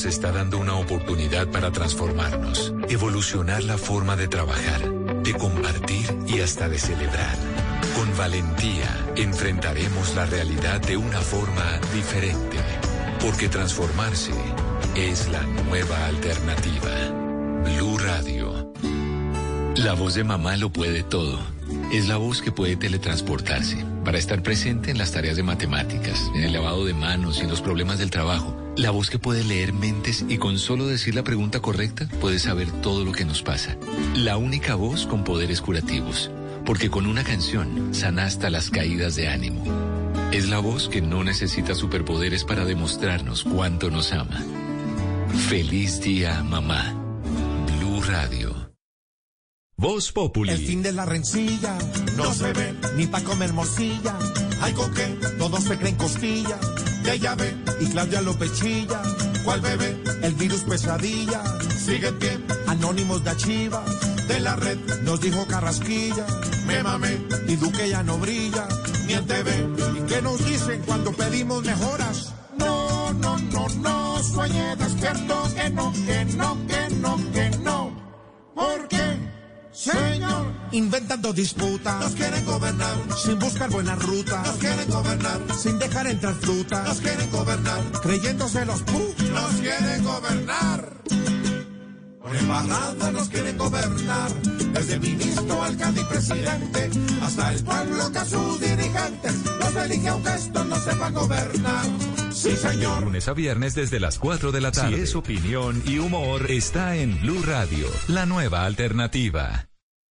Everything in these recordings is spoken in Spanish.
nos está dando una oportunidad para transformarnos, evolucionar la forma de trabajar, de compartir y hasta de celebrar. Con valentía enfrentaremos la realidad de una forma diferente, porque transformarse es la nueva alternativa. Blue Radio. La voz de mamá lo puede todo. Es la voz que puede teletransportarse para estar presente en las tareas de matemáticas, en el lavado de manos y en los problemas del trabajo. La voz que puede leer mentes y con solo decir la pregunta correcta puede saber todo lo que nos pasa. La única voz con poderes curativos, porque con una canción sana hasta las caídas de ánimo. Es la voz que no necesita superpoderes para demostrarnos cuánto nos ama. Feliz día, mamá. Blue Radio. Voz Populi. El fin de la rencilla no se ve ni pa' comer morcilla. Ay, con qué todos se creen costilla. Y ella ve y Claudia lo pechilla. ¿Cuál bebé? El virus pesadilla. Sigue en pie, anónimos de Achiva. De la red nos dijo Carrasquilla. Me mamé y Duque ya no brilla. Ni en TV. ¿Y qué nos dicen cuando pedimos mejoras? No, no, no, no. Sueñe despierto que no, que no, que no, que no. ¿Por qué? Señor, inventando disputas, nos quieren gobernar, sin buscar buenas rutas, nos quieren gobernar, sin dejar entrar frutas, nos quieren gobernar, creyéndose los nos quieren gobernar. Por embarrada nos quieren gobernar, desde el ministro, alcalde y presidente, hasta el pueblo que a sus dirigentes los elige aunque estos no sepan gobernar. Sí, señor. Lunes a viernes desde las 4 de la tarde. Si es opinión y humor, está en Blue Radio, la nueva alternativa.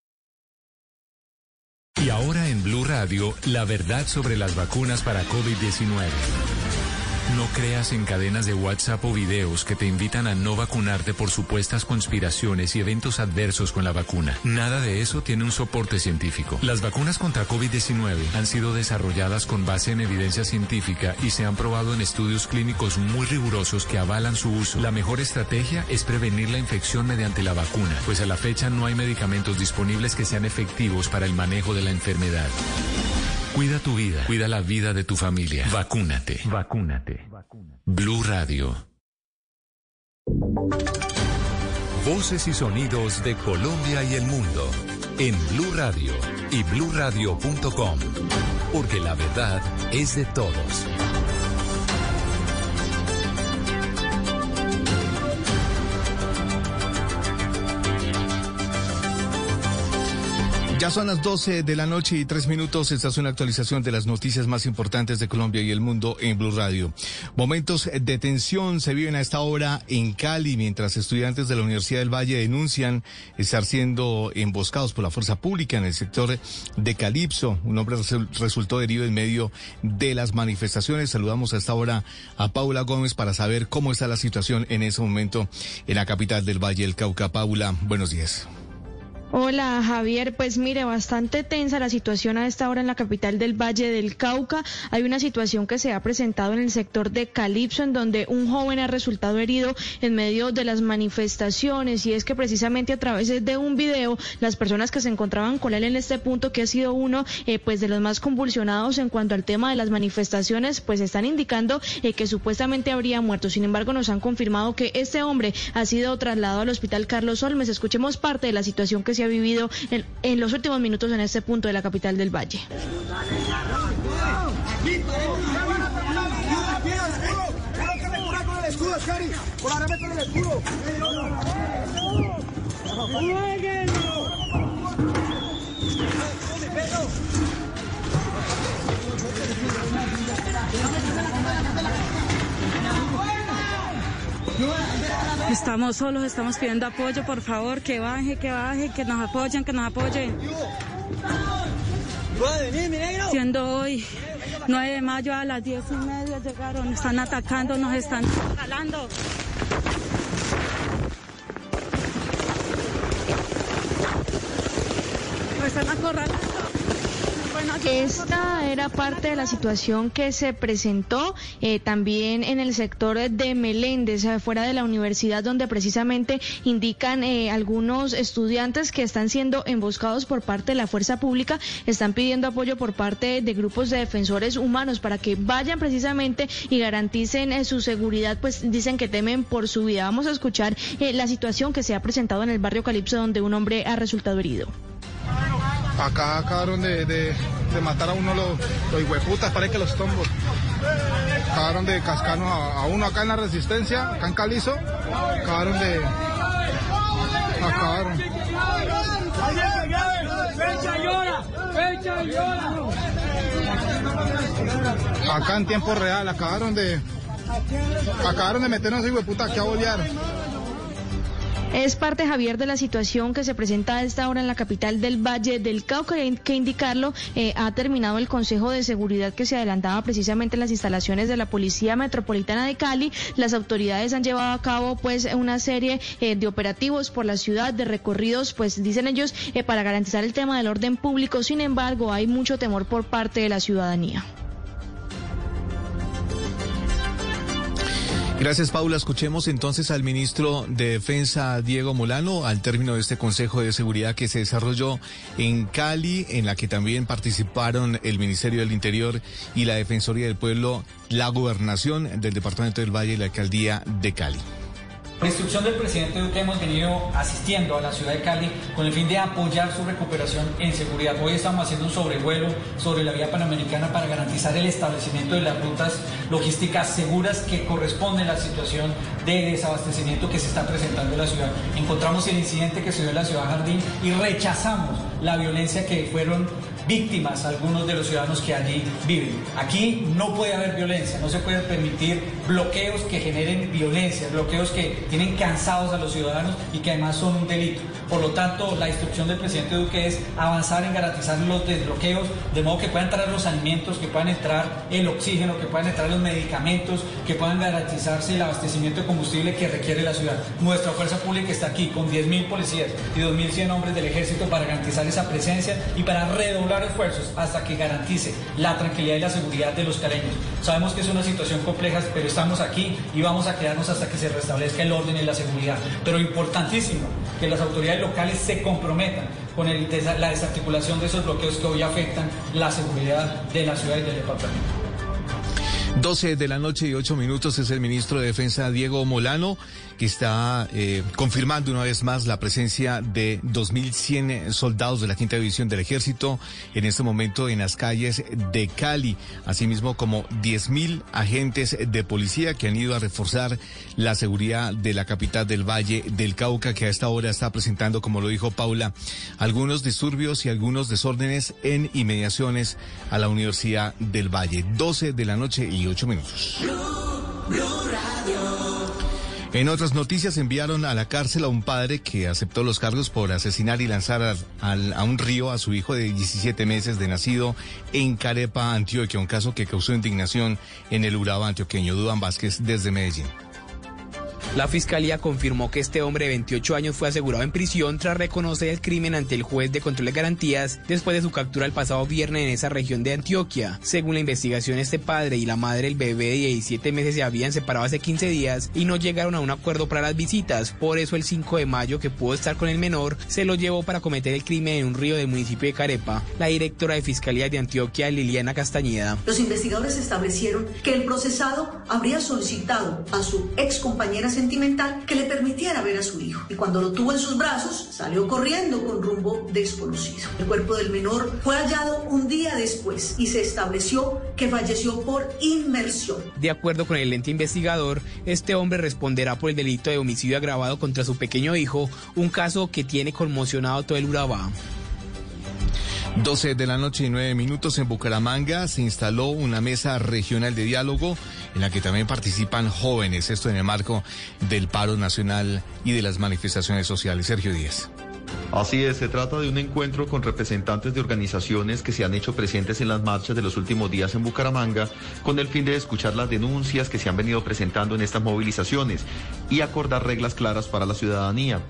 Y ahora en Blue Radio, la verdad sobre las vacunas para COVID-19. No creas en cadenas de WhatsApp o videos que te invitan a no vacunarte por supuestas conspiraciones y eventos adversos con la vacuna. Nada de eso tiene un soporte científico. Las vacunas contra COVID-19 han sido desarrolladas con base en evidencia científica y se han probado en estudios clínicos muy rigurosos que avalan su uso. La mejor estrategia es prevenir la infección mediante la vacuna, pues a la fecha no hay medicamentos disponibles que sean efectivos para el manejo de la enfermedad. Cuida tu vida, cuida la vida de tu familia. Vacúnate. Vacúnate. Blue Radio. Voces y sonidos de Colombia y el mundo en Blue Radio y bluradio.com, porque la verdad es de todos. Ya son las 12 de la noche y 3 minutos. Esta es una actualización de las noticias más importantes de Colombia y el mundo en Blue Radio. Momentos de tensión se viven a esta hora en Cali, mientras estudiantes de la Universidad del Valle denuncian estar siendo emboscados por la fuerza pública en el sector de Calipso. Un hombre resultó herido en medio de las manifestaciones. Saludamos a esta hora a Paula Gómez para saber cómo está la situación en ese momento en la capital del Valle del Cauca. Paula, buenos días. Hola Javier, pues mire, bastante tensa la situación a esta hora en la capital del Valle del Cauca. Hay una situación que se ha presentado en el sector de Calipso, en donde un joven ha resultado herido en medio de las manifestaciones, y es que precisamente a través de un video, las personas que se encontraban con él en este punto, que ha sido uno pues de los más convulsionados en cuanto al tema de las manifestaciones, pues están indicando que supuestamente habría muerto. Sin embargo, nos han confirmado que este hombre ha sido trasladado al hospital Carlos Olmes. Escuchemos parte de la situación que se ha vivido en los últimos minutos en este punto de la capital del Valle. Estamos solos, estamos pidiendo apoyo, por favor, que baje, que nos apoyen, Siendo hoy 9 de mayo a las 10:30 llegaron, están atacando, nos están jalando. Nos están acorralando, nos pueden Esta era parte de la situación que se presentó también en el sector de Meléndez, fuera de la universidad, donde precisamente indican algunos estudiantes que están siendo emboscados por parte de la fuerza pública, están pidiendo apoyo por parte de grupos de defensores humanos para que vayan precisamente y garanticen su seguridad, pues dicen que temen por su vida. Vamos a escuchar la situación que se ha presentado en el barrio Calipso, donde un hombre ha resultado herido. Acá acabaron de matar a uno los hijueputas, parece que los tombos. Acabaron de cascarnos a uno acá en la Resistencia, acá en Calizo. Acabaron. Acá en tiempo real, acabaron de meternos a hijueputas aquí a bolear. Es parte, Javier, de la situación que se presenta a esta hora en la capital del Valle del Cauca. Hay que indicarlo, ha terminado el Consejo de Seguridad que se adelantaba precisamente en las instalaciones de la Policía Metropolitana de Cali. Las autoridades han llevado a cabo pues una serie de operativos por la ciudad, de recorridos, pues dicen ellos, para garantizar el tema del orden público. Sin embargo, hay mucho temor por parte de la ciudadanía. Gracias, Paula. Escuchemos entonces al ministro de Defensa, Diego Molano, al término de este Consejo de Seguridad que se desarrolló en Cali, en la que también participaron el Ministerio del Interior y la Defensoría del Pueblo, la Gobernación del Departamento del Valle y la Alcaldía de Cali. Por instrucción del presidente Duque hemos venido asistiendo a la ciudad de Cali con el fin de apoyar su recuperación en seguridad. Hoy estamos haciendo un sobrevuelo sobre la vía panamericana para garantizar el establecimiento de las rutas logísticas seguras que corresponden a la situación de desabastecimiento que se está presentando en la ciudad. Encontramos el incidente que se dio en la ciudad Jardín y rechazamos la violencia que fueron víctimas algunos de los ciudadanos que allí viven. Aquí no puede haber violencia, no se pueden permitir bloqueos que generen violencia, bloqueos que tienen cansados a los ciudadanos y que además son un delito. Por lo tanto, la instrucción del presidente Duque es avanzar en garantizar los desbloqueos, de modo que puedan entrar los alimentos, que puedan entrar el oxígeno, que puedan entrar los medicamentos, que puedan garantizarse el abastecimiento de combustible que requiere la ciudad. Nuestra fuerza pública está aquí con 10.000 policías y 2.100 hombres del ejército para garantizar esa presencia y para redoblar esfuerzos hasta que garantice la tranquilidad y la seguridad de los caleños. Sabemos que es una situación compleja, pero estamos aquí y vamos a quedarnos hasta que se restablezca el orden y la seguridad. Pero importantísimo que las autoridades locales se comprometan con la desarticulación de esos bloqueos que hoy afectan la seguridad de la ciudad y del departamento. 12 de la noche y 8 minutos es el ministro de Defensa, Diego Molano, que está confirmando una vez más la presencia de 2.100 soldados de la Quinta División del Ejército en este momento en las calles de Cali, asimismo como 10.000 agentes de policía que han ido a reforzar la seguridad de la capital del Valle del Cauca, que a esta hora está presentando, como lo dijo Paula, algunos disturbios y algunos desórdenes en inmediaciones a la Universidad del Valle. 12 de la noche y 8 minutos. En otras noticias, enviaron a la cárcel a un padre que aceptó los cargos por asesinar y lanzar a un río a su hijo de 17 meses de nacido en Carepa, Antioquia, un caso que causó indignación en el Urabá antioqueño. Duván Vázquez, desde Medellín. La fiscalía confirmó que este hombre de 28 años fue asegurado en prisión tras reconocer el crimen ante el juez de control de garantías después de su captura el pasado viernes en esa región de Antioquia. Según la investigación, este padre y la madre del bebé de 17 meses se habían separado hace 15 días y no llegaron a un acuerdo para las visitas. Por eso el 5 de mayo, que pudo estar con el menor, se lo llevó para cometer el crimen en un río del municipio de Carepa. La directora de Fiscalía de Antioquia, Liliana Castañeda. Los investigadores establecieron que el procesado habría solicitado a su ex compañera sentimental que le permitiera ver a su hijo, y cuando lo tuvo en sus brazos salió corriendo con rumbo desconocido. El cuerpo del menor fue hallado un día después y se estableció que falleció por inmersión. De acuerdo con el ente investigador, este hombre responderá por el delito de homicidio agravado contra su pequeño hijo, un caso que tiene conmocionado todo el Urabá. 12 de la noche y 9 minutos en Bucaramanga se instaló una mesa regional de diálogo en la que también participan jóvenes, esto en el marco del paro nacional y de las manifestaciones sociales. Sergio Díaz. Así es, se trata de un encuentro con representantes de organizaciones que se han hecho presentes en las marchas de los últimos días en Bucaramanga, con el fin de escuchar las denuncias que se han venido presentando en estas movilizaciones y acordar reglas claras para la ciudadanía.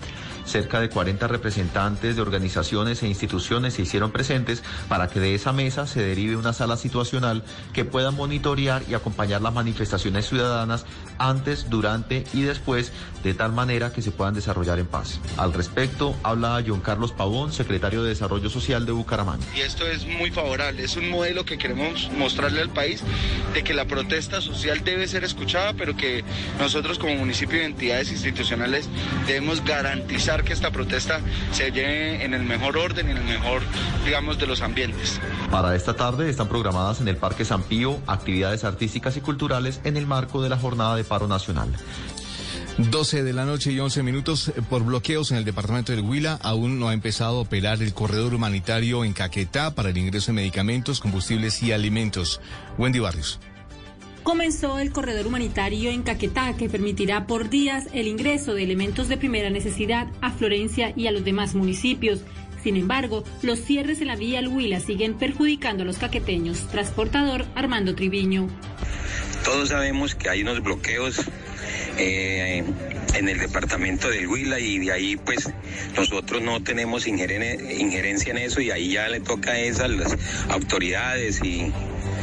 Cerca de 40 representantes de organizaciones e instituciones se hicieron presentes para que de esa mesa se derive una sala situacional que pueda monitorear y acompañar las manifestaciones ciudadanas antes, durante y después, de tal manera que se puedan desarrollar en paz. Al respecto, habla John Carlos Pavón, secretario de Desarrollo Social de Bucaramanga. Y esto es muy favorable, es un modelo que queremos mostrarle al país de que la protesta social debe ser escuchada, pero que nosotros como municipio y entidades institucionales debemos garantizar que esta protesta se lleve en el mejor orden y en el mejor, digamos, de los ambientes. Para esta tarde están programadas en el Parque San Pío actividades artísticas y culturales en el marco de la jornada de paro nacional. 12 de la noche y 11 minutos. Por bloqueos en el departamento del Huila, aún no ha empezado a operar el corredor humanitario en Caquetá para el ingreso de medicamentos, combustibles y alimentos. Wendy Barrios. Comenzó el corredor humanitario en Caquetá, que permitirá por días el ingreso de elementos de primera necesidad a Florencia y a los demás municipios. Sin embargo, los cierres en la vía al Huila siguen perjudicando a los caqueteños. Transportador Armando Triviño. Todos sabemos que hay unos bloqueos en el departamento del Huila y de ahí pues nosotros no tenemos injerencia en eso y ahí ya le toca a esas las autoridades y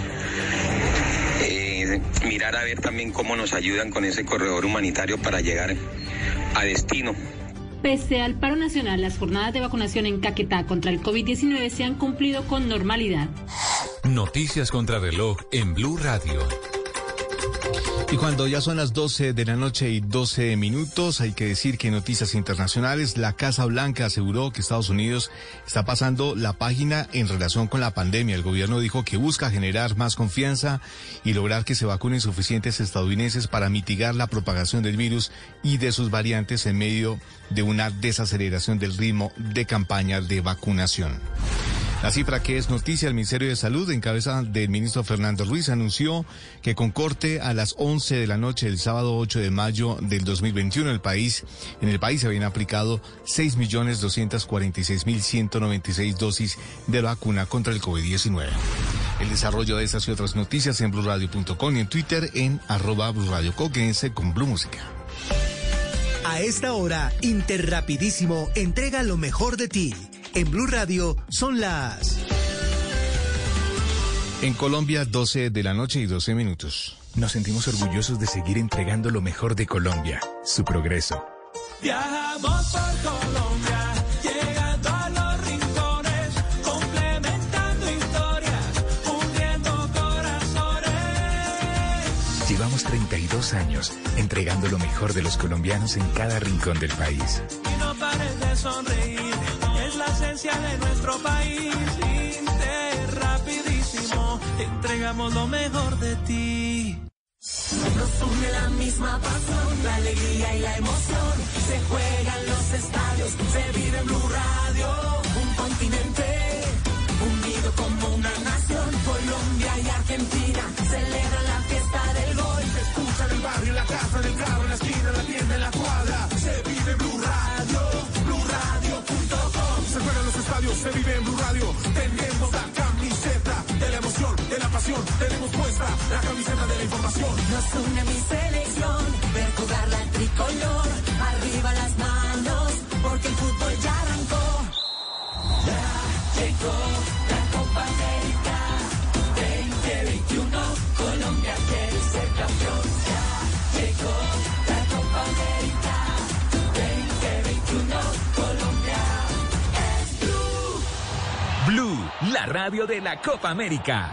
mirar a ver también cómo nos ayudan con ese corredor humanitario para llegar a destino. Pese al paro nacional, las jornadas de vacunación en Caquetá contra el COVID-19 se han cumplido con normalidad. Noticias contra reloj en Blue Radio. Y cuando ya son las 12 de la noche y 12 minutos, hay que decir que en noticias internacionales, la Casa Blanca aseguró que Estados Unidos está pasando la página en relación con la pandemia. El gobierno dijo que busca generar más confianza y lograr que se vacunen suficientes estadounidenses para mitigar la propagación del virus y de sus variantes en medio de una desaceleración del ritmo de campaña de vacunación. La cifra que es noticia, el Ministerio de Salud, en cabeza del ministro Fernando Ruiz, anunció que con corte a las 11 de la noche del sábado 8 de mayo del 2021, en el país se habían aplicado 6.246.196 dosis de vacuna contra el COVID-19. El desarrollo de estas y otras noticias en blurradio.com y en Twitter en @blurradioco. Quédense con Blue Música. A esta hora, Interrapidísimo entrega lo mejor de ti. En Blue Radio son las... En Colombia, 12 de la noche y 12 minutos. Nos sentimos orgullosos de seguir entregando lo mejor de Colombia, su progreso. Viajamos por Colombia, llegando a los rincones, complementando historias, uniendo corazones. Llevamos 32 años entregando lo mejor de los colombianos en cada rincón del país. Y no pares de sonreír. Es la esencia de nuestro país, Interrapidísimo, te entregamos lo mejor de ti. Nos une la misma pasión, la alegría y la emoción. Se juegan los estadios, se vive en Blue Radio. Un continente unido como una nación. Colombia y Argentina celebran la fiesta del gol. Se escucha en el barrio, en la casa, en el carro, en la esquina, en la tienda, en la cuadra. Se vive en Blue Radio. Se juegan los estadios, se vive en Blue Radio. Tenemos la camiseta de la emoción, de la pasión. Tenemos puesta la camiseta de la información. Nos une mi selección, ver jugar la tricolor. Arriba las manos, porque el fútbol ya arrancó. Ya llegó la Copa América 2021. Colombia quiere ser campeón. Ya llegó la Copa América 2021. Colombia. Blue, la radio de la Copa América.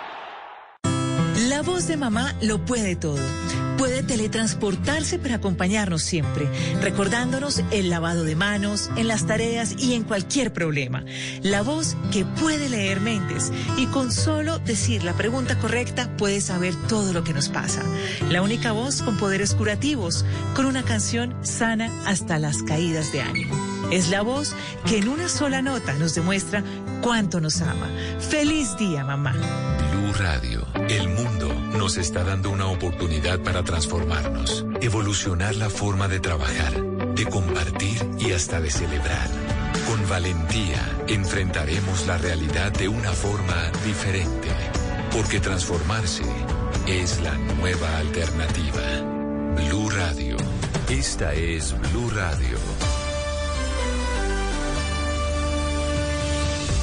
La voz de mamá lo puede todo. Puede teletransportarse para acompañarnos siempre, recordándonos el lavado de manos, en las tareas y en cualquier problema. La voz que puede leer mentes y con solo decir la pregunta correcta puede saber todo lo que nos pasa. La única voz con poderes curativos, con una canción sana hasta las caídas de ánimo. Es la voz que en una sola nota nos demuestra cuánto nos ama. ¡Feliz día, mamá! Blue Radio. El mundo nos está dando una oportunidad para transformarnos, evolucionar la forma de trabajar, de compartir y hasta de celebrar. Con valentía enfrentaremos la realidad de una forma diferente, porque transformarse es la nueva alternativa. Blue Radio. Esta es Blue Radio.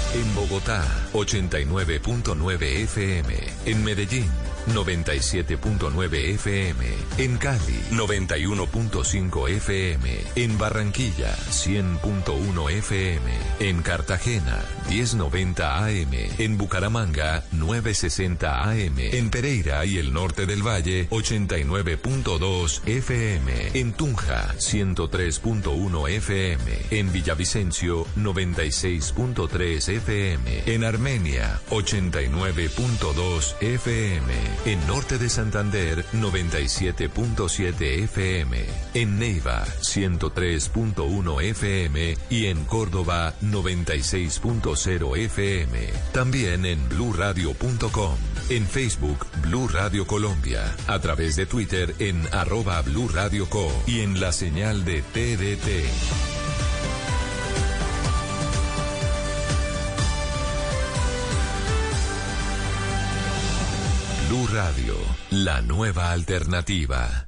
En Bogotá, 89.9 FM. En Medellín, 97.9 FM. En Cali, 91.5 FM. En Barranquilla, 100.1 FM. En Cartagena, 1090 AM. En Bucaramanga, 960 AM. En Pereira y el norte del Valle, 89.2 FM. En Tunja, 103.1 FM. En Villavicencio, 96.3 FM. En Armenia, 89.2 FM. En Norte de Santander, 97.7 FM. En Neiva, 103.1 FM. Y en Córdoba, 96.0 FM. También en bluradio.com. En Facebook, Blue Radio Colombia. A través de Twitter en @BlueRadioCo. Y en la señal de TDT. Blue Radio, la nueva alternativa.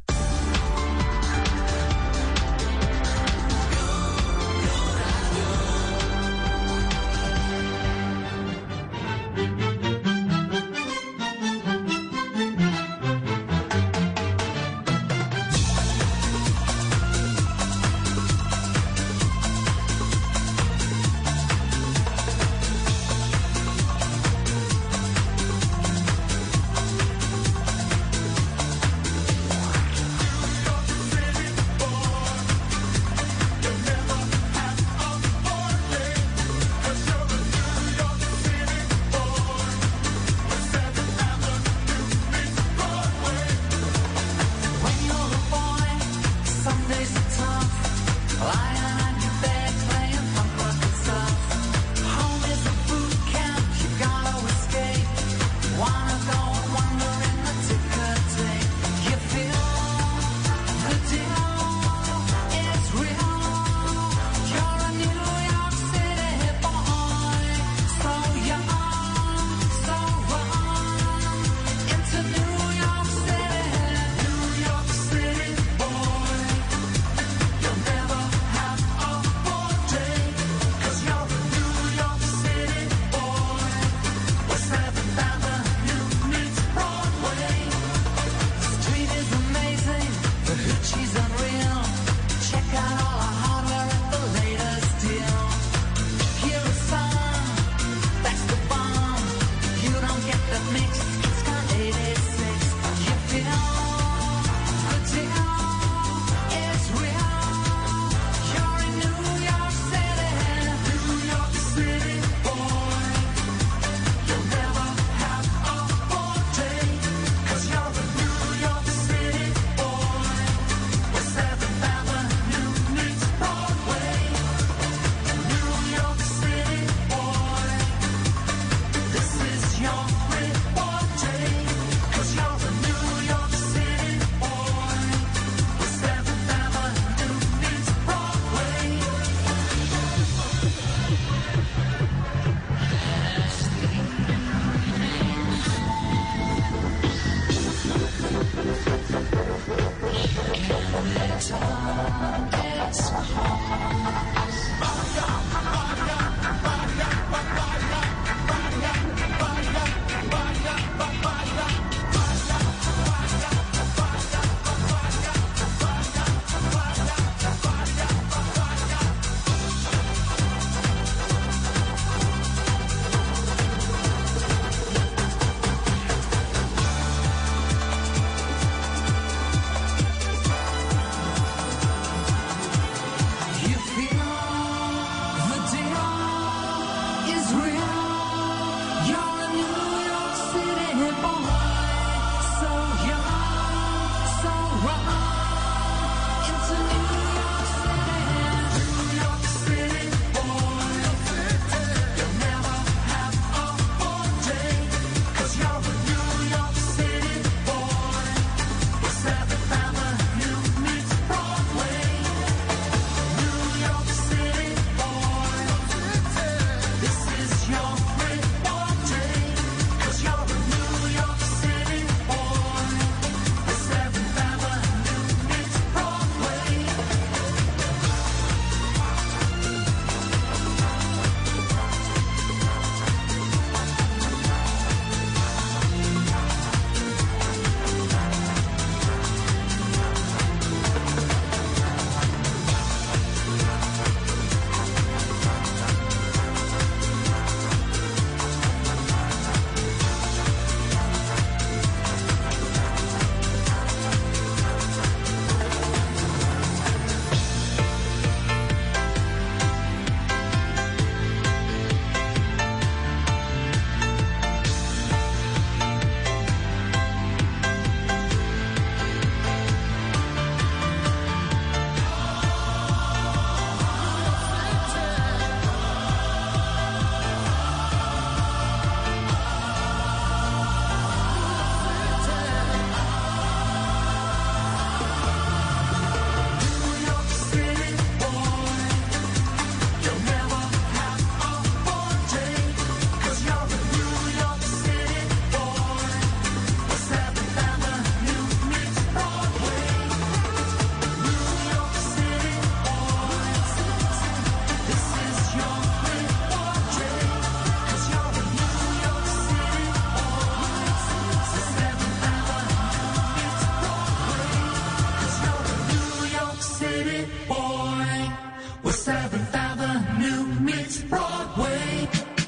7th Avenue meets Broadway.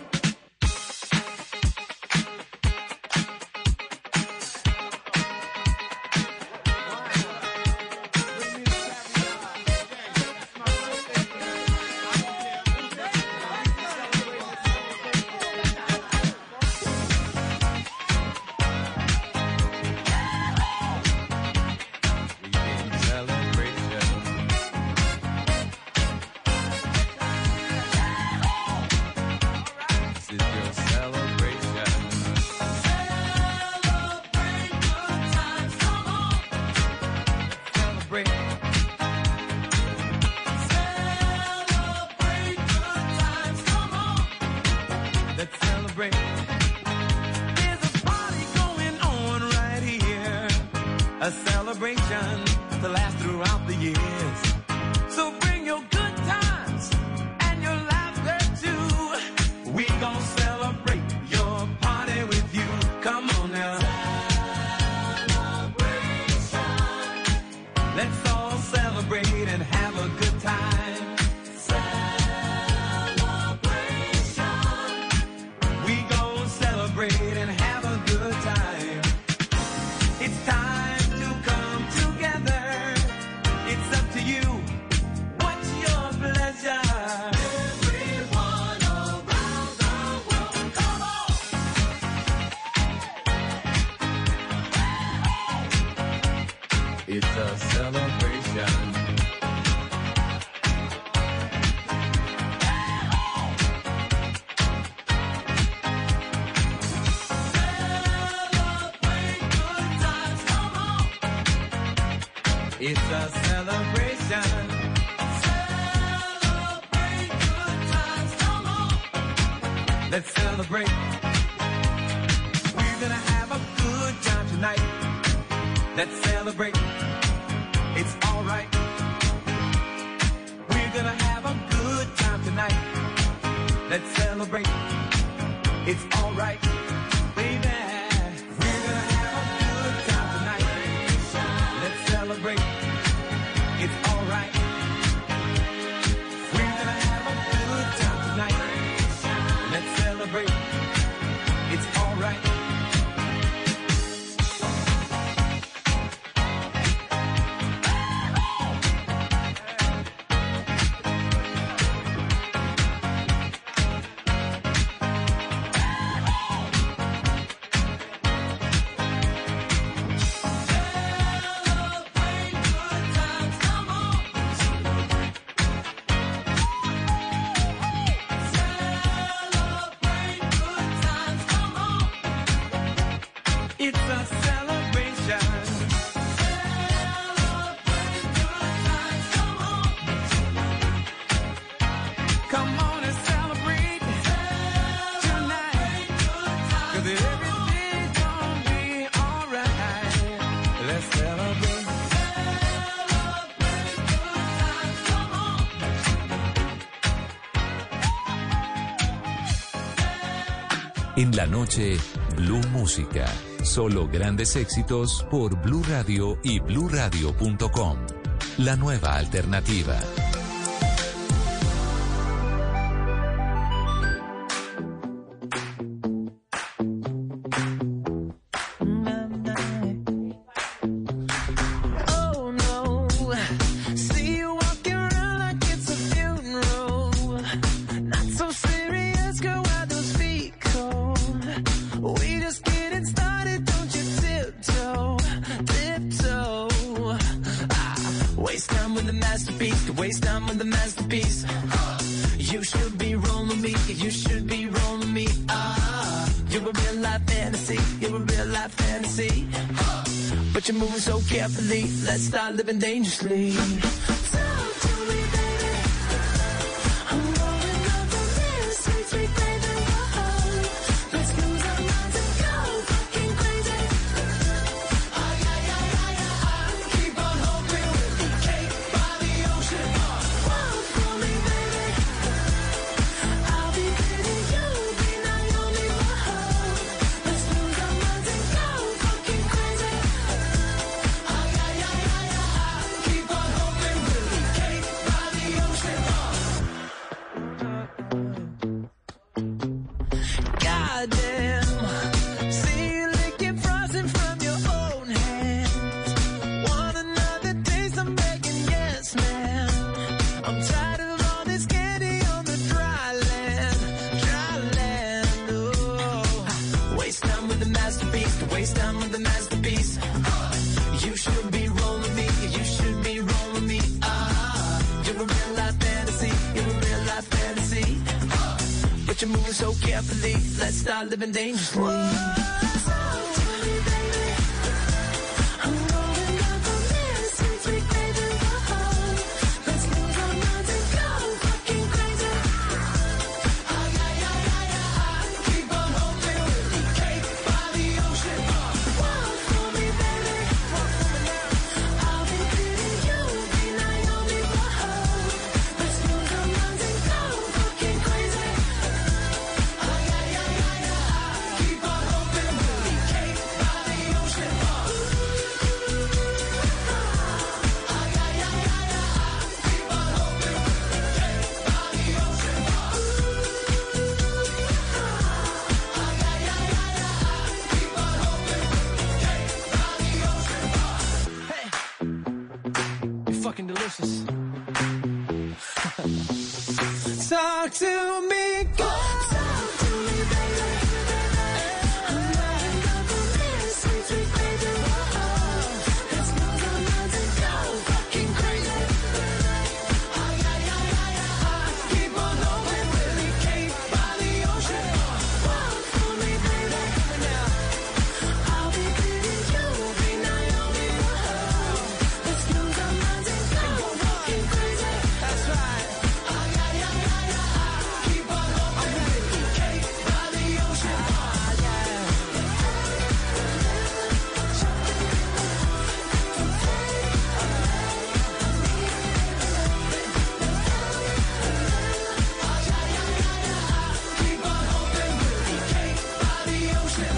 It's a celebration. Celebrate good times, come on. Let's celebrate. We're gonna have a good time tonight. Let's celebrate. It's alright. We're gonna have a good time tonight. Let's celebrate. It's alright. Baby, we're gonna have a good time tonight. Let's celebrate. It's alright. We're gonna have a good time tonight. Let's celebrate. It's alright. It's a celebration. Come on and celebrate tonight. 'Cause everything's gonna be alright. Let's celebrate. En la noche, Blue Música. Solo grandes éxitos por Blue Radio y bluradio.com. La nueva alternativa. Oh no, see you walking around like it's a funeral. Not so serious, girl, why those feet cold? We just getting started, don't you tiptoe, tiptoe. Waste time with the masterpiece, waste time with the masterpiece. You should be rolling me, you should be rolling me. You're a real life fantasy, you're a real life fantasy. But you're moving so carefully, let's start living dangerously. Talk to me, baby. I'm rolling up on this sweet, sweet baby. Whoa. Let's lose our minds and go fucking crazy. Ay, ay, ay, ay, ay. Keep on hoping we'll be cake by the ocean. Walk for me, baby. I'll be pretty, you'll be Naomi. Whoa. Let's lose our minds and go fucking crazy. Ay, ay, ay, ay, ay. Keep on hoping. you're moving so carefully. Let's start living dangerously. Delicious. Talk to me, girl. Talk to me, baby. I'm riding up on this sweet, sweet baby. Let's move our minds and go fucking crazy. Keep on hoping we'll be Cape by the ocean. Walk for me, baby. I'll be Billy, you'll be Naomi. Let's lose our minds and go fucking crazy. That's right. Keep on hoping we'll be Cape by the ocean. Keep on hoping we'll be Cape by the ocean.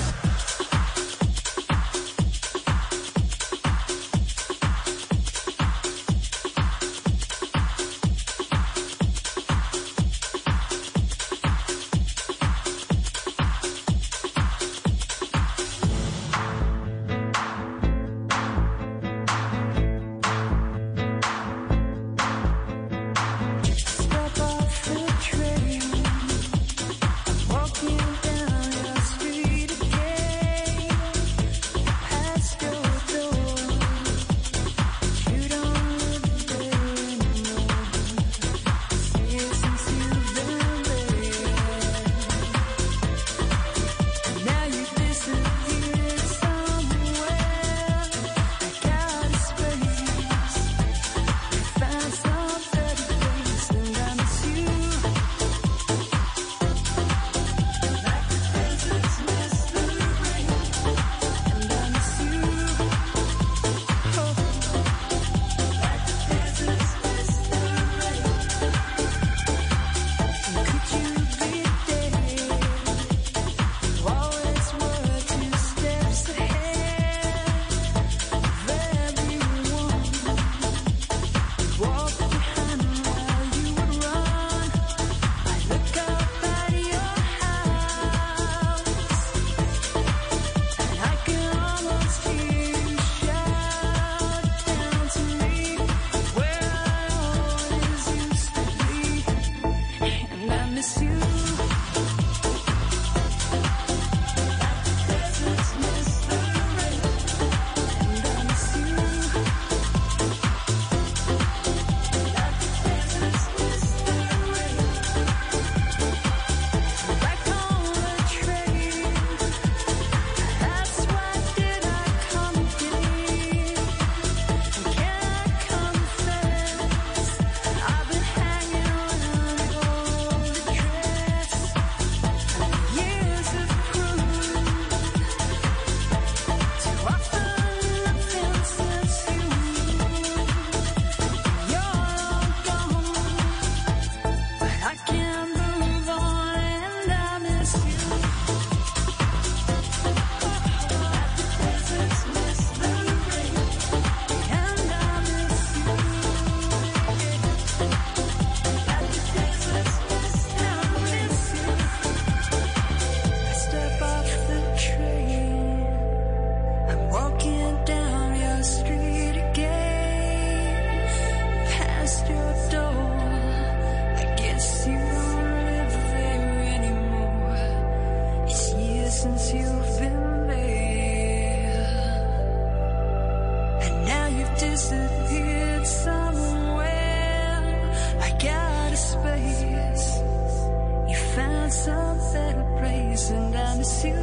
Step off the train, walking down your street again, past your door. You don't live there anymore. See it since you've been there. Now you disappeared somewhere, like out of space. Found some better place, and I miss you. Like the deserts miss the rain, and I miss you. Like the deserts miss the rain. Could you be there? Always were 2 steps ahead of everyone. Walk behind while you would run. I look up at your house, and I can almost hear you shout down to me where I always used to be, and I miss you. Deserts miss the rain, and I miss you. Deserts miss the rain. Back on the train, that's why did I come here? Can I confess? I've been hanging on an old dress. miss you.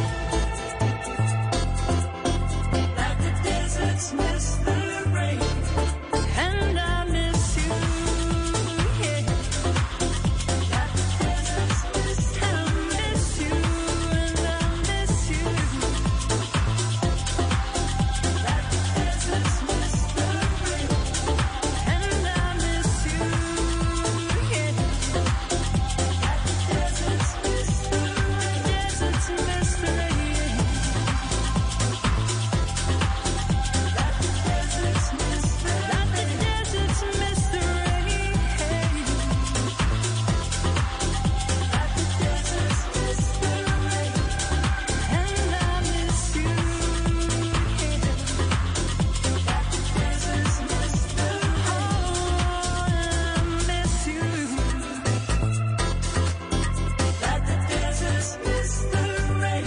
Like the deserts miss the rain. And I miss you. Yeah. Like the deserts miss the rain. I miss you. And I miss you. Like the deserts miss the rain. And I miss you. Yeah. Like the deserts miss the rain. Deserts miss the rain. Like the deserts miss the rain. Like the deserts miss the rain. Like the deserts miss the rain. And I miss you. Like the deserts miss the rain. Oh, I miss you. Like the deserts miss the rain.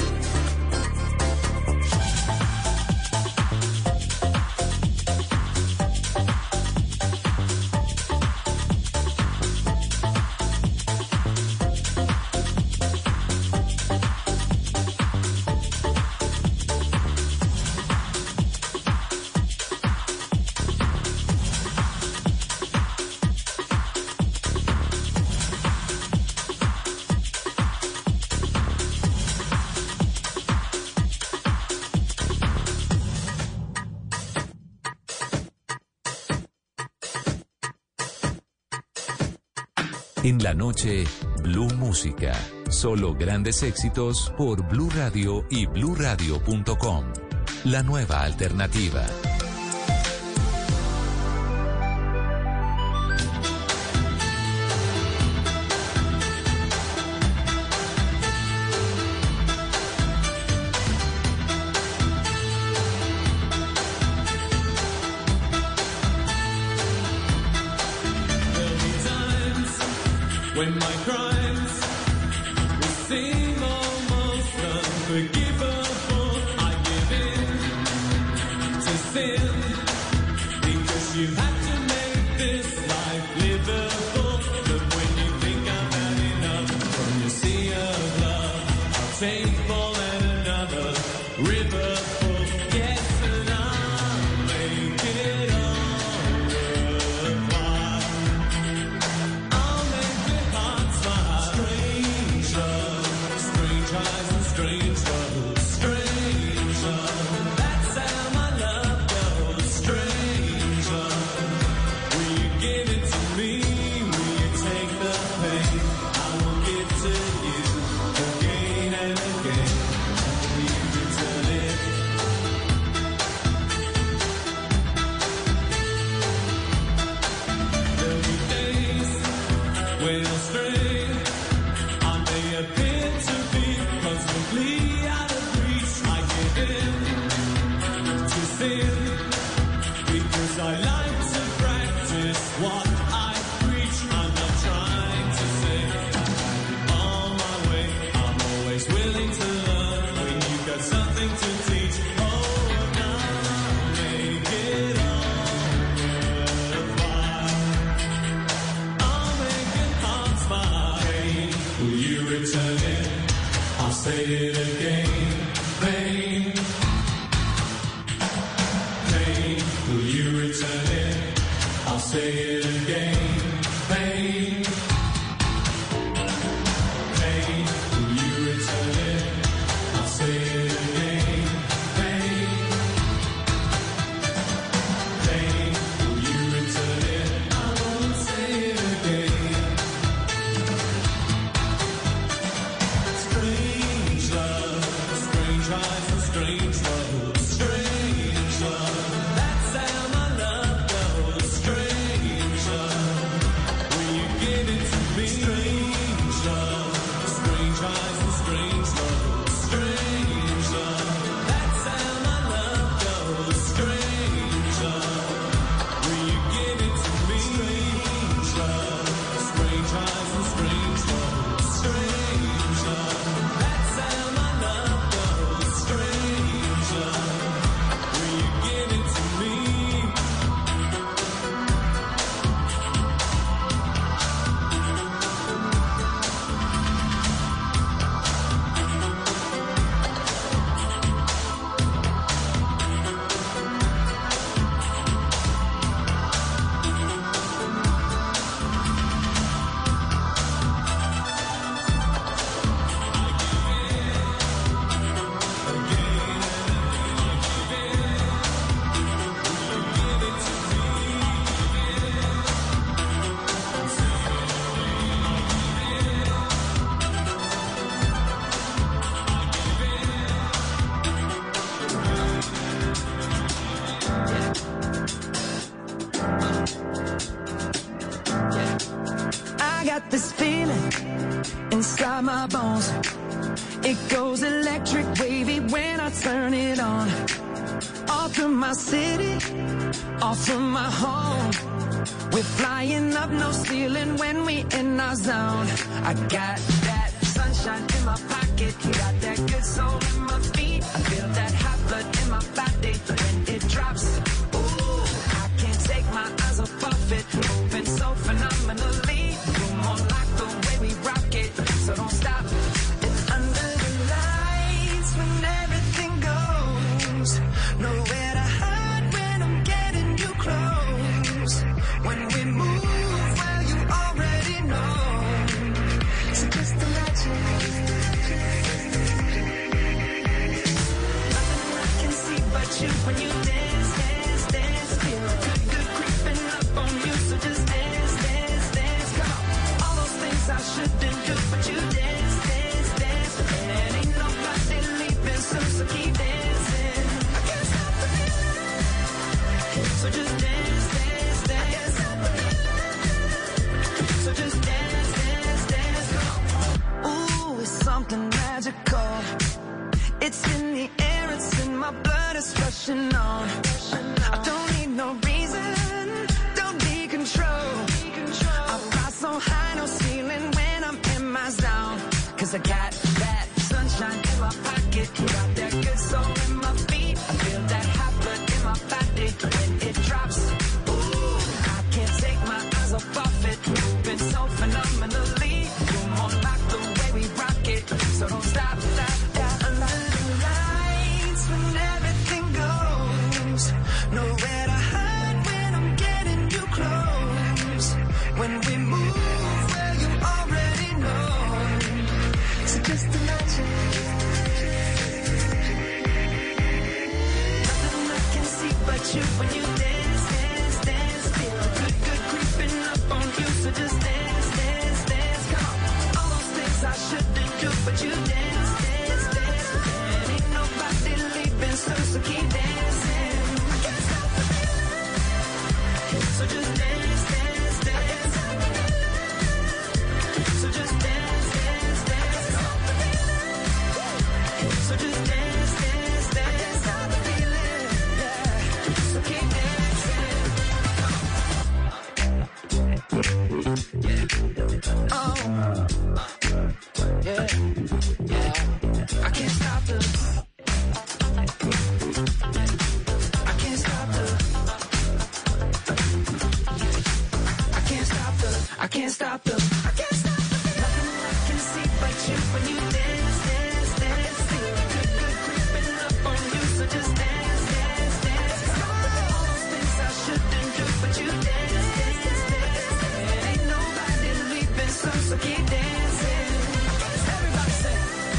En la noche, Blue Música. Solo grandes éxitos por Blue Radio y bluradio.com. La nueva alternativa. When my crimes will seem almost unforgivable, I give in to sin, because you have to make this life livable. But when you think I've had enough from your sea of love, I'll take full and another river full. Yes, and I'll make it all worthwhile. I'll make it hot smile. Strange love, strange eyes and strange love. Strange love, that's how my love goes. Strange love, will you give it to me? Will you take the pain? I will give to you again and again. Will you return it? There'll be days when I'll stray. I may appear to be constantly out of reach. I give in to sin, because I like to practice what I preach. I'm not trying to say I'm on my way. I'm always willing to learn when you've got something to teach. Oh, and I'll make it all worthwhile. I'll make it hard smile. Will you return it? I'll say it again. Pain, pain. Will you return it? I'll say it again. Pain, pain. Will you return it? I'll say it again. Pain, pain. Will you return it? I won't say it again. Strange love, strange eyes and strange love. Strange love, that's how my love goes. Strange love. got this feeling inside my bones. It goes electric wavy when I turn it on. All through my city, all through my home. We're flying up, no ceiling when we in our zone. I got that sunshine in my pocket, got that good soul in my feet. I feel that hot blood in my body when it drops. Ooh, I can't take my eyes off of it, moving so phenomenally. You're more like the way we rock it, so don't stop. And under the lights when everything goes, nowhere to hide when I'm getting you close. When we move, well, you already know. So just imagine. Nothing I can see but you when you dance, dance, dance. Feel good creeping up on you. So just dance, dance, dance. Come on. All those things I shouldn't do, but you dance, dance, dance. And ain't nobody leaving soon, so keep dancing. I can't stop the feeling. So just dance, dance, dance. So just dance, dance, dance. Ooh, it's something magical. It's in the air, it's in my blood, it's rushing on. I don't need no reason, don't need control. I fly so high, no ceiling when I'm in my zone. Cause I got that sunshine in my pocket, got that good soul in my feet. I feel that hot blood in my body when it drops. Ooh, I can't take my eyes off it, moving so phenomenally. You're more like the way we rock it, so don't stop, stop, stop. Under the lights when everything goes, nowhere to hide when I'm getting you close. When we move, well, you already know. So just imagine. Nothing I can see but you when you dance, dance, dance. Feel good, good creeping up on you. So just dance, dance, dance. Come on. All those things I shouldn't do, but you dance, dance, dance. And ain't nobody leaving soon, so keep dancing. I can't stop the feeling. So just dance, dance, dance. So just dance, dance, dance. So just dance, dance, dance. I can't stop the feeling. Yeah. So keep dancing. Oh. Yeah. Yeah. I can't stop the. I can't stop the. I can't stop the. I can't stop the. I can't stop the. Nothing I can see but you when you dance, dance, dance. Feel good, good creeping up on you. So just dance, dance, dance. Come on. All those things I shouldn't do, but you dance, dance, dance. And ain't nobody leaving soon, so keep dancing. Everybody say.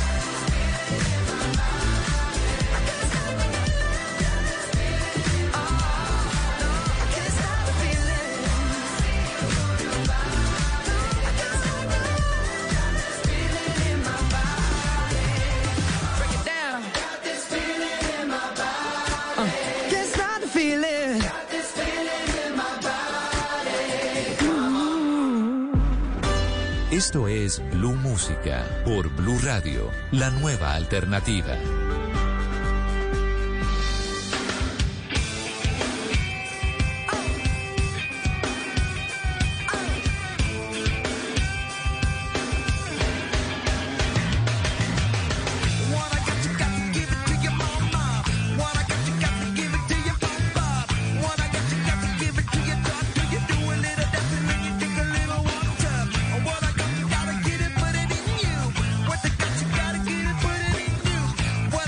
Esto es Blue Música por Blue Radio, la nueva alternativa. What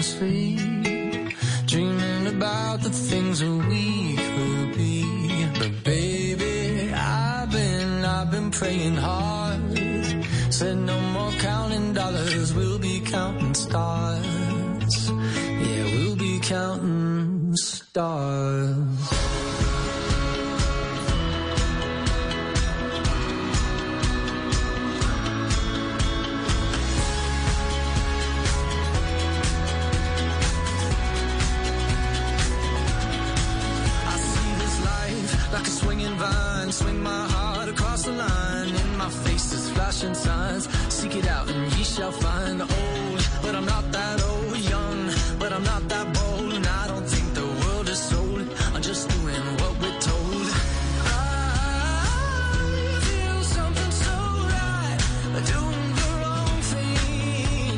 sleep, dreaming about the things that we could be. But baby, I've been praying hard. Said no more counting dollars, we'll be counting stars. Yeah, we'll be counting stars. Like a swinging vine, swing my heart across the line. In my face is flashing signs. Seek it out and ye shall find. Old, but I'm not that old. Young, but I'm not that bold. And I don't think the world is sold. I'm just doing what we're told. I feel something so right, doing the wrong thing.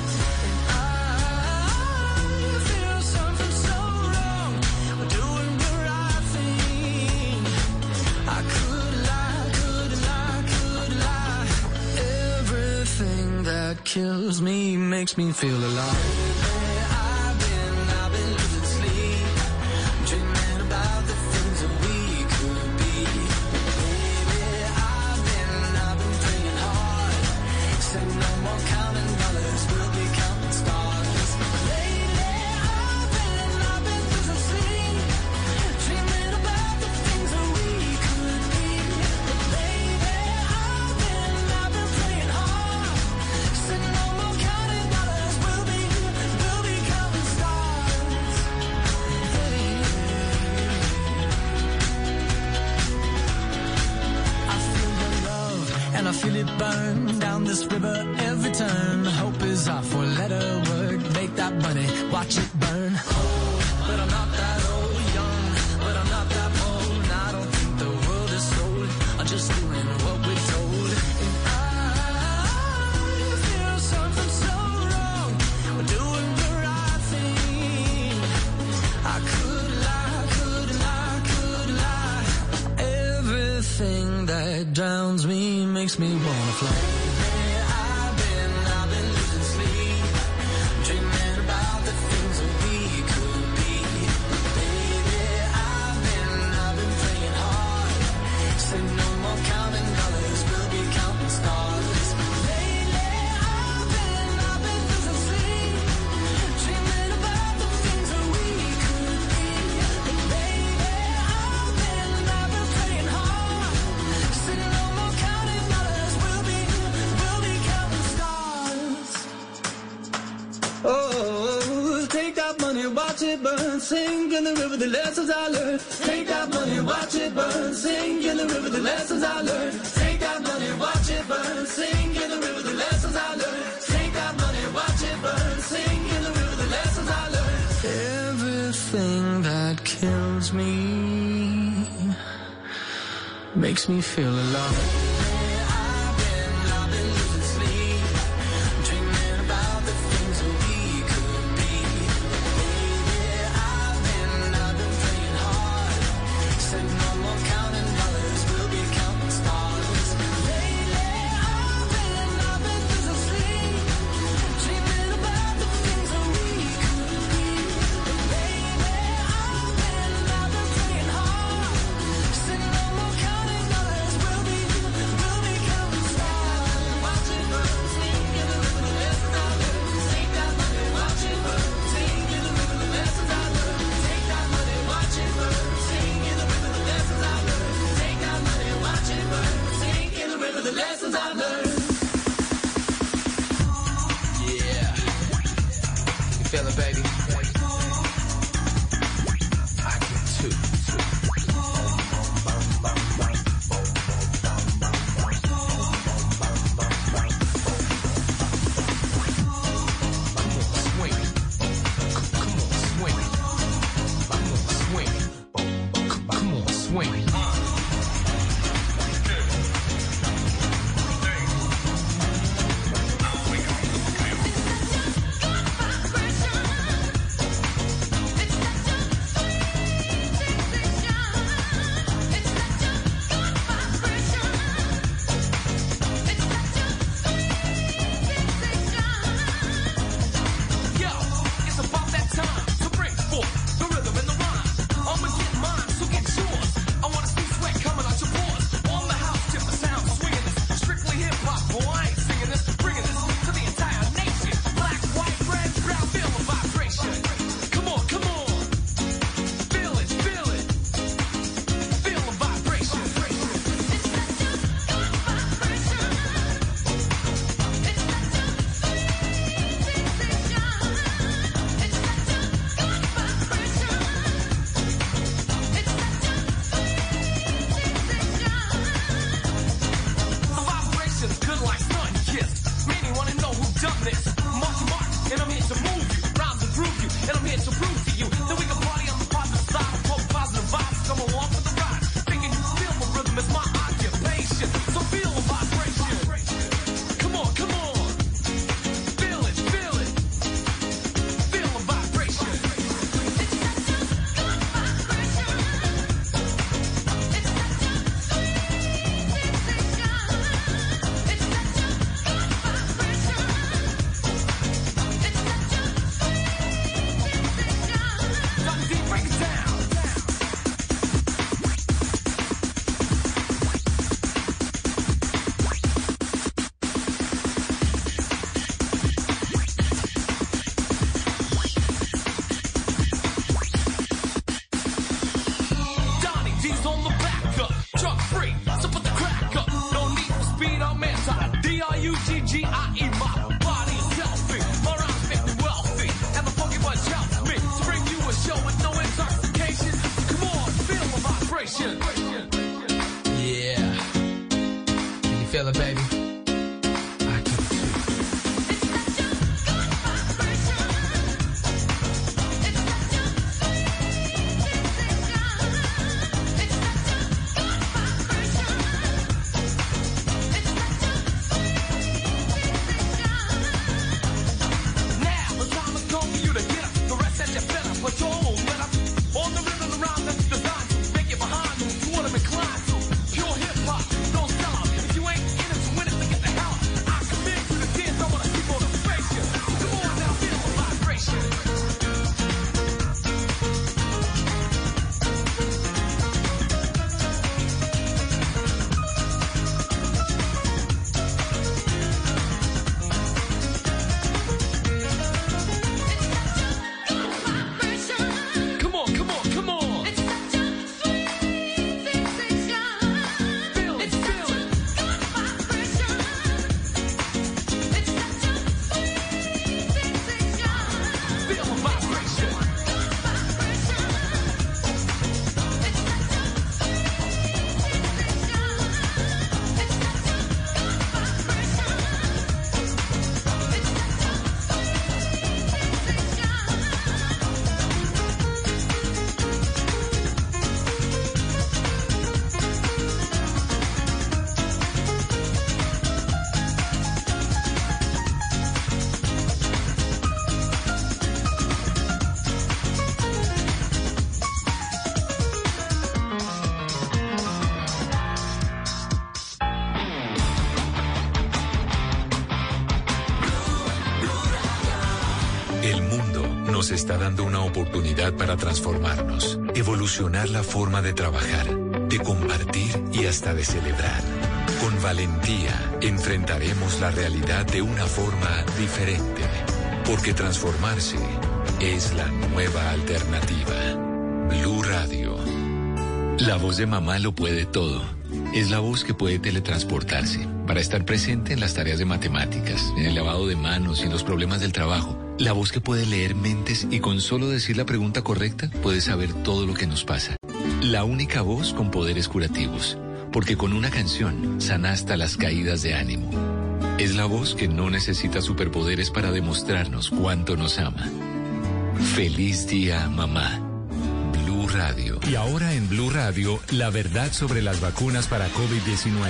And I feel something so wrong, doing the right thing. I could lie. Everything that kills me makes me feel alive. I've been losing sleep, dreaming about the things that we could be. Baby, I've been praying hard. Said no more counting dollars, we'll be counting stars. Lately, I've been losing sleep, dreaming about the things that we could be. Baby, I've been praying hard. Said no more counting dollars, we'll be counting stars. I feel the love and I feel it burn down this river every turn. Hope is our four-letter word. Make that money, watch it burn. Old, but I'm not that old. Young, but I'm not that bold. And I don't think the world is sold. I'm just doing what we're told. And I feel something so wrong. We're doing the right thing. I could lie. Everything that drowns me makes me wanna fly. I've been losing sleep, dreaming about the things that we could be. Baby, I've been praying hard. Said no more counting dollars, we'll be counting stars. Lately, I've been losing sleep, dreaming about the things that we could be. Baby, I've been praying hard. Said no more counting dollars, we'll be counting stars. Oh, take that money, watch it burn, sing in the river the lessons I learned. Take that money, watch it burn, sing in the river the lessons I learned. Take that money, watch it burn, sing in the river the lessons I learned. Take that money, watch it burn, sing in the river the lessons I learned. Everything that kills me makes me feel alive. I've been losing sleep, dreaming about the things that we could be. Baby, I've been praying hard. Said no more counting dollars, we'll be counting stars. Lately, I've been losing sleep, dreaming about the things that we could be. Baby, I've been praying hard. Said no more counting dollars, we'll be counting stars. Watch it burn, sing in the river the lessons I learned. Take that money, watch it burn, sing in the river the lessons I learned. Take that money, watch it burn, sing in the river the lessons I learned. Take that money, watch it burn, sing in the river the lessons I learned. Yeah, you feel it, baby? I can too. Swing. G-I-E, my body is healthy. My rhymes make me wealthy. And the funky bunch helps me to bring you a show with no intoxication. Come on, feel the vibration. Yeah. Can you feel it, baby? Nos está dando una oportunidad para transformarnos, evolucionar la forma de trabajar, de compartir y hasta de celebrar. Con valentía enfrentaremos la realidad de una forma diferente, porque transformarse es la nueva alternativa. Blue Radio. La voz de mamá lo puede todo. Es la voz que puede teletransportarse para estar presente en las tareas de matemáticas, en el lavado de manos y en los problemas del trabajo. La voz que puede leer mentes y con solo decir la pregunta correcta puede saber todo lo que nos pasa. La única voz con poderes curativos, porque con una canción sana hasta las caídas de ánimo. Es la voz que no necesita superpoderes para demostrarnos cuánto nos ama. Feliz día, mamá. Blue Radio. Y ahora en Blue Radio, la verdad sobre las vacunas para COVID-19.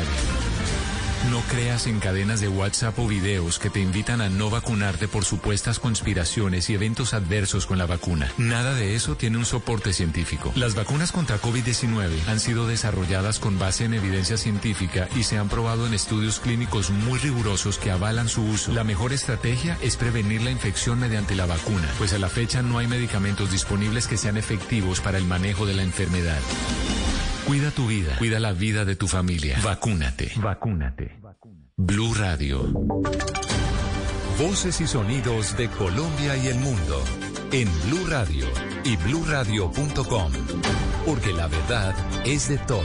No creas en cadenas de WhatsApp o videos que te invitan a no vacunarte por supuestas conspiraciones y eventos adversos con la vacuna. Nada de eso tiene un soporte científico. Las vacunas contra COVID-19 han sido desarrolladas con base en evidencia científica y se han probado en estudios clínicos muy rigurosos que avalan su uso. La mejor estrategia es prevenir la infección mediante la vacuna, pues a la fecha no hay medicamentos disponibles que sean efectivos para el manejo de la enfermedad. Cuida tu vida, cuida la vida de tu familia. Vacúnate. Vacúnate. Blue Radio. Voces y sonidos de Colombia y el mundo en Blue Radio y bluradio.com, porque la verdad es de todos.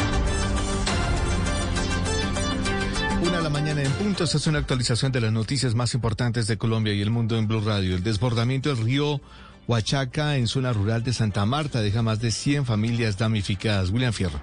1:00 a.m. en punto. Esta es una actualización de las noticias más importantes de Colombia y el mundo en Blue Radio. El desbordamiento del río Huachaca en zona rural de Santa Marta deja más de 100 familias damnificadas. William Fierro.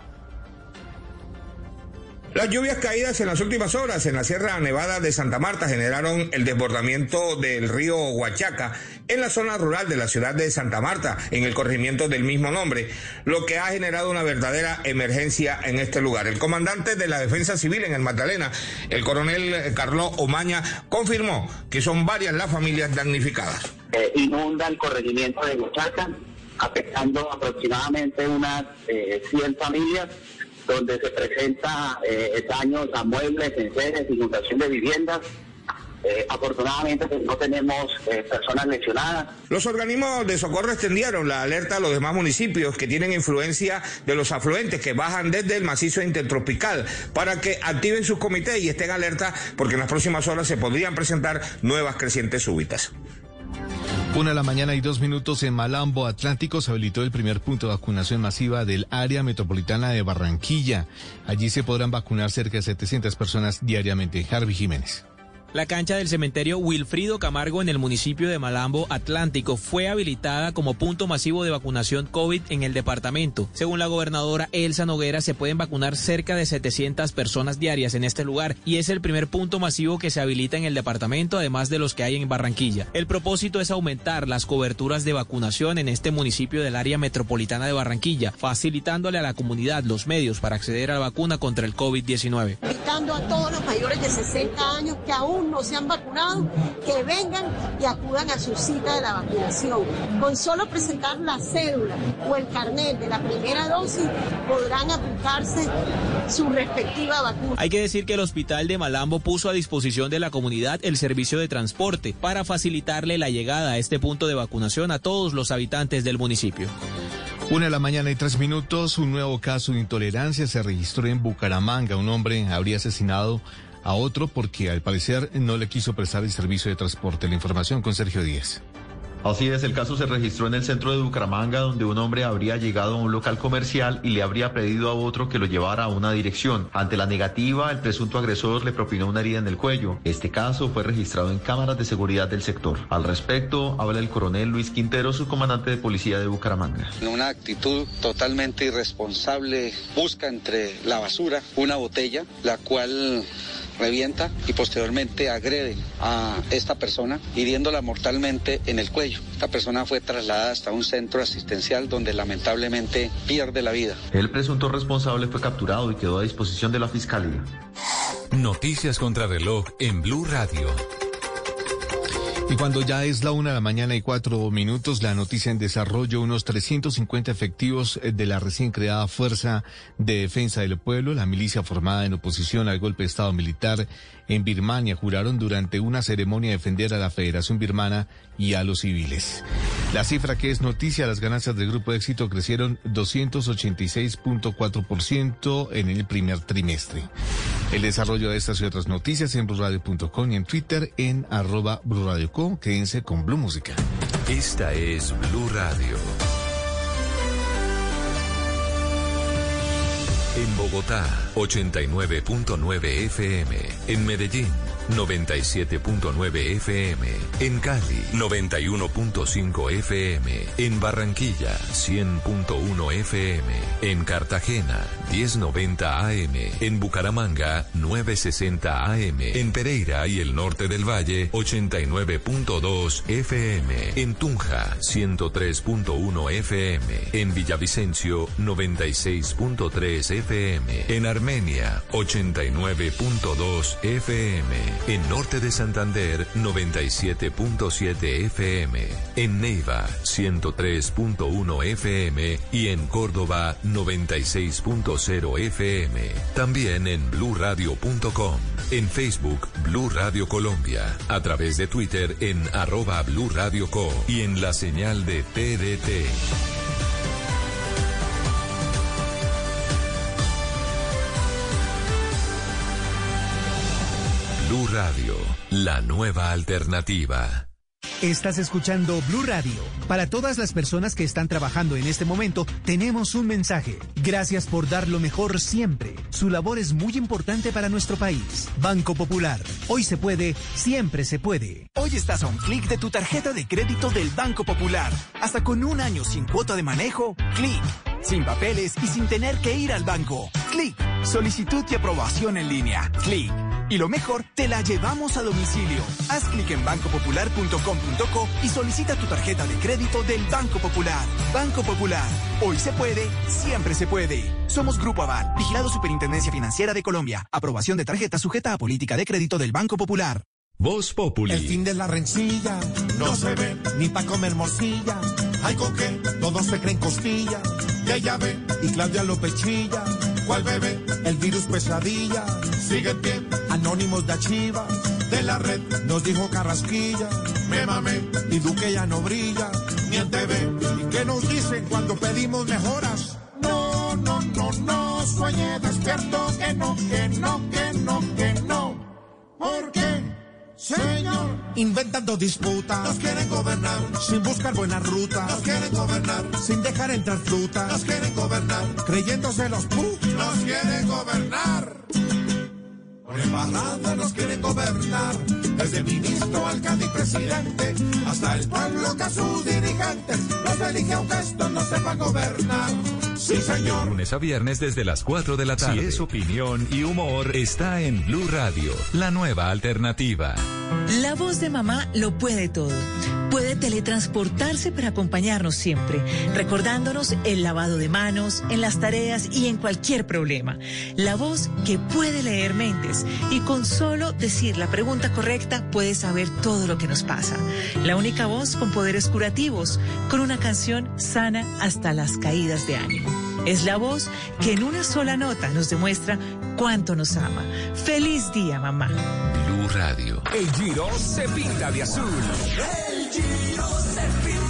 Las lluvias caídas en las últimas horas en la Sierra Nevada de Santa Marta generaron el desbordamiento del río Huachaca en la zona rural de la ciudad de Santa Marta, en el corregimiento del mismo nombre, lo que ha generado una verdadera emergencia en este lugar. El comandante de la Defensa Civil en el Magdalena, el coronel Carlos Omaña, confirmó que son varias las familias damnificadas. Inunda el corregimiento de Huachaca, afectando aproximadamente unas 100 familias, donde se presenta daños a muebles, enseres, inundación de viviendas. Afortunadamente pues, no tenemos personas lesionadas. Los organismos de socorro extendieron la alerta a los demás municipios que tienen influencia de los afluentes que bajan desde el macizo intertropical para que activen sus comités y estén alerta porque en las próximas horas se podrían presentar nuevas crecientes súbitas. 1:02 a.m. en Malambo, Atlántico, se habilitó el primer punto de vacunación masiva del área metropolitana de Barranquilla. Allí se podrán vacunar cerca de 700 personas diariamente. Harvey Jiménez. La cancha del cementerio Wilfrido Camargo en el municipio de Malambo Atlántico fue habilitada como punto masivo de vacunación COVID en el departamento. Según la gobernadora Elsa Noguera, se pueden vacunar cerca de 700 personas diarias en este lugar y es el primer punto masivo que se habilita en el departamento, además de los que hay en Barranquilla. El propósito es aumentar las coberturas de vacunación en este municipio del área metropolitana de Barranquilla, facilitándole a la comunidad los medios para acceder a la vacuna contra el COVID-19. Invitando a todos los mayores de 60 años que aún no se han vacunado, que vengan y acudan a su cita de la vacunación. Con solo presentar la cédula o el carnet de la primera dosis, podrán aplicarse su respectiva vacuna. Hay que decir que el hospital de Malambo puso a disposición de la comunidad el servicio de transporte para facilitarle la llegada a este punto de vacunación a todos los habitantes del municipio. 1:03 a.m. Un nuevo caso de intolerancia se registró en Bucaramanga. Un hombre habría asesinado a otro porque al parecer no le quiso prestar el servicio de transporte. La información con Sergio Díaz. Así es, el caso se registró en el centro de Bucaramanga, donde un hombre habría llegado a un local comercial y le habría pedido a otro que lo llevara a una dirección. Ante la negativa, el presunto agresor le propinó una herida en el cuello. Este caso fue registrado en cámaras de seguridad del sector. Al respecto, habla el coronel Luis Quintero, subcomandante de policía de Bucaramanga. En una actitud totalmente irresponsable, busca entre la basura una botella, la cual revienta y posteriormente agrede a esta persona, hiriéndola mortalmente en el cuello. Esta persona fue trasladada hasta un centro asistencial donde lamentablemente pierde la vida. El presunto responsable fue capturado y quedó a disposición de la fiscalía. Noticias contra reloj en Blue Radio. Y cuando ya es la 1:04 a.m, la noticia en desarrollo: unos 350 efectivos de la recién creada Fuerza de Defensa del Pueblo, la milicia formada en oposición al golpe de Estado militar en Birmania, juraron durante una ceremonia defender a la Federación Birmana y a los civiles. La cifra que es noticia: las ganancias del Grupo Éxito crecieron 286.4% en el primer trimestre. El desarrollo de estas y otras noticias en BlueRadio.com y en Twitter en @BlueRadioCo. Quédense con Blue Música. Esta es Blue Radio. En Bogotá, 89.9 FM. En Medellín, 97.9 FM. En Cali, 91.5 FM. En Barranquilla, 100.1 FM. En Cartagena, 1090 AM. En Bucaramanga, 960 AM. En Pereira y el norte del Valle, 89.2 FM. En Tunja, 103.1 FM. En Villavicencio, 96.3 FM. En Armenia, 89.2 FM. En Norte de Santander, 97.7 FM. En Neiva, 103.1 FM. Y en Córdoba, 96.0 FM. También en BlueRadio.com. En Facebook, Blue Radio Colombia. A través de Twitter en @BlueRadioCo. Y en la señal de TDT. Blue Radio, la nueva alternativa. Estás escuchando Blue Radio. Para todas las personas que están trabajando en este momento, tenemos un mensaje. Gracias por dar lo mejor siempre. Su labor es muy importante para nuestro país. Banco Popular. Hoy se puede, siempre se puede. Hoy estás a un clic de tu tarjeta de crédito del Banco Popular. Hasta con un año sin cuota de manejo, clic. Sin papeles y sin tener que ir al banco. Clic. Solicitud y aprobación en línea. Clic. Y lo mejor, te la llevamos a domicilio. Haz clic en bancopopular.com.co y solicita tu tarjeta de crédito del Banco Popular. Banco Popular. Hoy se puede, siempre se puede. Somos Grupo Aval, vigilado Superintendencia Financiera de Colombia. Aprobación de tarjeta sujeta a política de crédito del Banco Popular. Voz Populi. El fin de la rencilla no se ve ni pa' comer morcilla. Ay, con qué todos se creen costilla. Y ella ve y Claudia lo pechilla. ¿Cuál bebé? El virus pesadilla. Sigue en pie, anónimos de Achiva. De la red nos dijo Carrasquilla. Me mamé y Duque ya no brilla. Ni en TV. ¿Y qué nos dicen cuando pedimos mejoras? No, no, no, no. Sueñe despierto que no, que no, que no, que no. ¿Por qué? Señor, inventando disputas, nos quieren gobernar, sin buscar buena ruta, nos quieren gobernar, sin dejar entrar fruta, nos quieren gobernar, creyéndose los nos quieren gobernar, por embajada nos quieren gobernar, desde ministro, alcalde y presidente, hasta el pueblo que a sus dirigentes los elige aunque estos no sepan gobernar. Sí, señor. Lunes a viernes desde las 4 de la tarde. Si es opinión y humor, está en Blue Radio, la nueva alternativa. La voz de mamá lo puede todo. Puede teletransportarse para acompañarnos siempre, recordándonos el lavado de manos, en las tareas y en cualquier problema. La voz que puede leer mentes y con solo decir la pregunta correcta puede saber todo lo que nos pasa. La única voz con poderes curativos, con una canción sana hasta las caídas de ánimo. Es la voz que en una sola nota nos demuestra cuánto nos ama. ¡Feliz día, mamá! Blue Radio. El Giro se pinta de azul. El Giro se pinta